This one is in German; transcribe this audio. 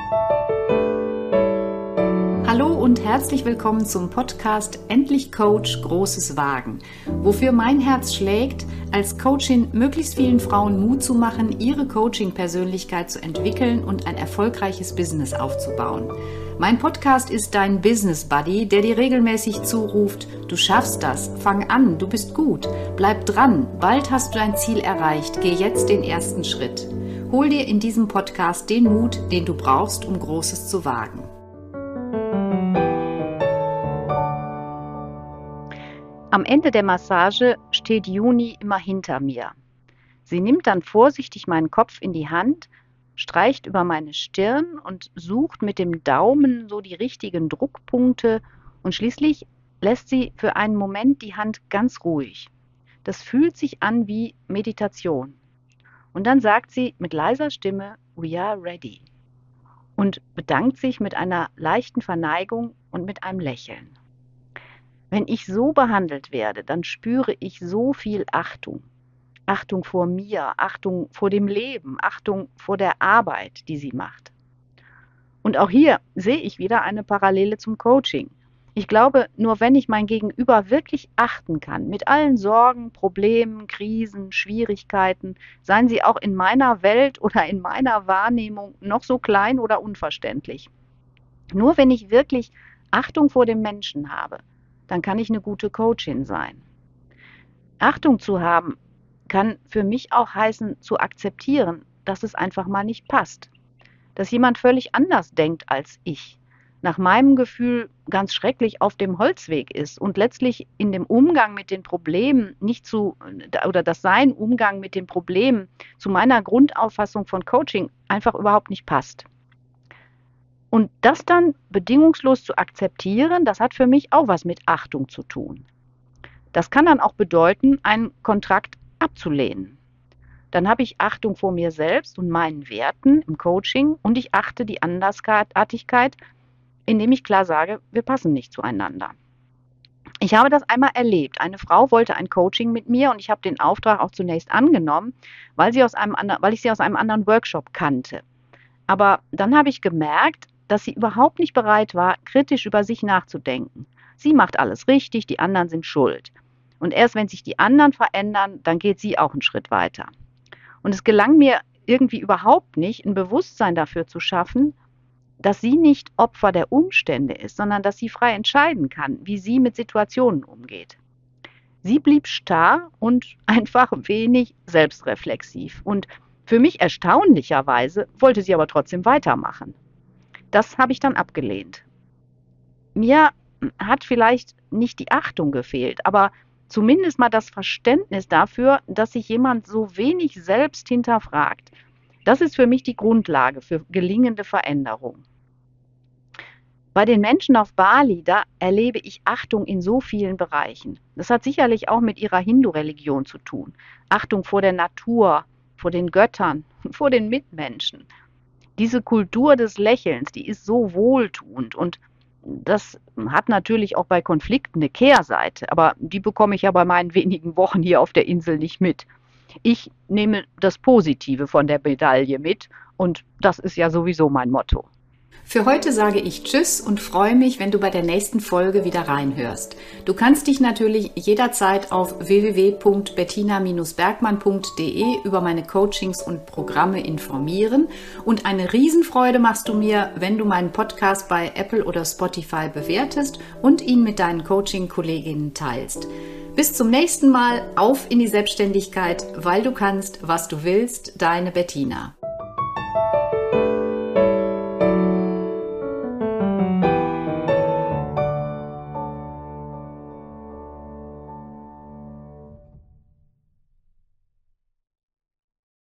Hallo und herzlich willkommen zum Podcast Endlich Coach, Großes Wagen, wofür mein Herz schlägt, als Coachin möglichst vielen Frauen Mut zu machen, ihre Coaching-Persönlichkeit zu entwickeln und ein erfolgreiches Business aufzubauen. Mein Podcast ist dein Business Buddy, der dir regelmäßig zuruft, du schaffst das, fang an, du bist gut, bleib dran, bald hast du dein Ziel erreicht, geh jetzt den ersten Schritt. Hol dir in diesem Podcast den Mut, den du brauchst, um Großes zu wagen. Am Ende der Massage steht Juni immer hinter mir. Sie nimmt dann vorsichtig meinen Kopf in die Hand, streicht über meine Stirn und sucht mit dem Daumen so die richtigen Druckpunkte und schließlich lässt sie für einen Moment die Hand ganz ruhig. Das fühlt sich an wie Meditation. Und dann sagt sie mit leiser Stimme, "We are ready" und bedankt sich mit einer leichten Verneigung und mit einem Lächeln. Wenn ich so behandelt werde, dann spüre ich so viel Achtung. Achtung vor mir, Achtung vor dem Leben, Achtung vor der Arbeit, die sie macht. Und auch hier sehe ich wieder eine Parallele zum Coaching. Ich glaube, nur wenn ich mein Gegenüber wirklich achten kann, mit allen Sorgen, Problemen, Krisen, Schwierigkeiten, seien sie auch in meiner Welt oder in meiner Wahrnehmung noch so klein oder unverständlich. Nur wenn ich wirklich Achtung vor dem Menschen habe, dann kann ich eine gute Coachin sein. Achtung zu haben kann für mich auch heißen, zu akzeptieren, dass es einfach mal nicht passt. Dass jemand völlig anders denkt als ich, nach meinem Gefühl ganz schrecklich auf dem Holzweg ist und letztlich in dem Umgang mit den Problemen dass sein Umgang mit den Problemen zu meiner Grundauffassung von Coaching einfach überhaupt nicht passt. Und das dann bedingungslos zu akzeptieren, das hat für mich auch was mit Achtung zu tun. Das kann dann auch bedeuten, einen Kontrakt abzulehnen. Dann habe ich Achtung vor mir selbst und meinen Werten im Coaching und ich achte die Andersartigkeit, indem ich klar sage, wir passen nicht zueinander. Ich habe das einmal erlebt. Eine Frau wollte ein Coaching mit mir und ich habe den Auftrag auch zunächst angenommen, weil ich sie aus einem anderen Workshop kannte. Aber dann habe ich gemerkt, dass sie überhaupt nicht bereit war, kritisch über sich nachzudenken. Sie macht alles richtig, die anderen sind schuld. Und erst wenn sich die anderen verändern, dann geht sie auch einen Schritt weiter. Und es gelang mir irgendwie überhaupt nicht, ein Bewusstsein dafür zu schaffen, dass sie nicht Opfer der Umstände ist, sondern dass sie frei entscheiden kann, wie sie mit Situationen umgeht. Sie blieb starr und einfach wenig selbstreflexiv. Und für mich erstaunlicherweise wollte sie aber trotzdem weitermachen. Das habe ich dann abgelehnt. Mir hat vielleicht nicht die Achtung gefehlt, aber zumindest mal das Verständnis dafür, dass sich jemand so wenig selbst hinterfragt. Das ist für mich die Grundlage für gelingende Veränderung. Bei den Menschen auf Bali, da erlebe ich Achtung in so vielen Bereichen. Das hat sicherlich auch mit ihrer Hindu-Religion zu tun. Achtung vor der Natur, vor den Göttern, vor den Mitmenschen. Diese Kultur des Lächelns, die ist so wohltuend und das hat natürlich auch bei Konflikten eine Kehrseite, aber die bekomme ich ja bei meinen wenigen Wochen hier auf der Insel nicht mit. Ich nehme das Positive von der Medaille mit und das ist ja sowieso mein Motto. Für heute sage ich Tschüss und freue mich, wenn du bei der nächsten Folge wieder reinhörst. Du kannst dich natürlich jederzeit auf www.bettina-bergmann.de über meine Coachings und Programme informieren und eine Riesenfreude machst du mir, wenn du meinen Podcast bei Apple oder Spotify bewertest und ihn mit deinen Coaching-Kolleginnen teilst. Bis zum nächsten Mal, auf in die Selbstständigkeit, weil du kannst, was du willst, deine Bettina.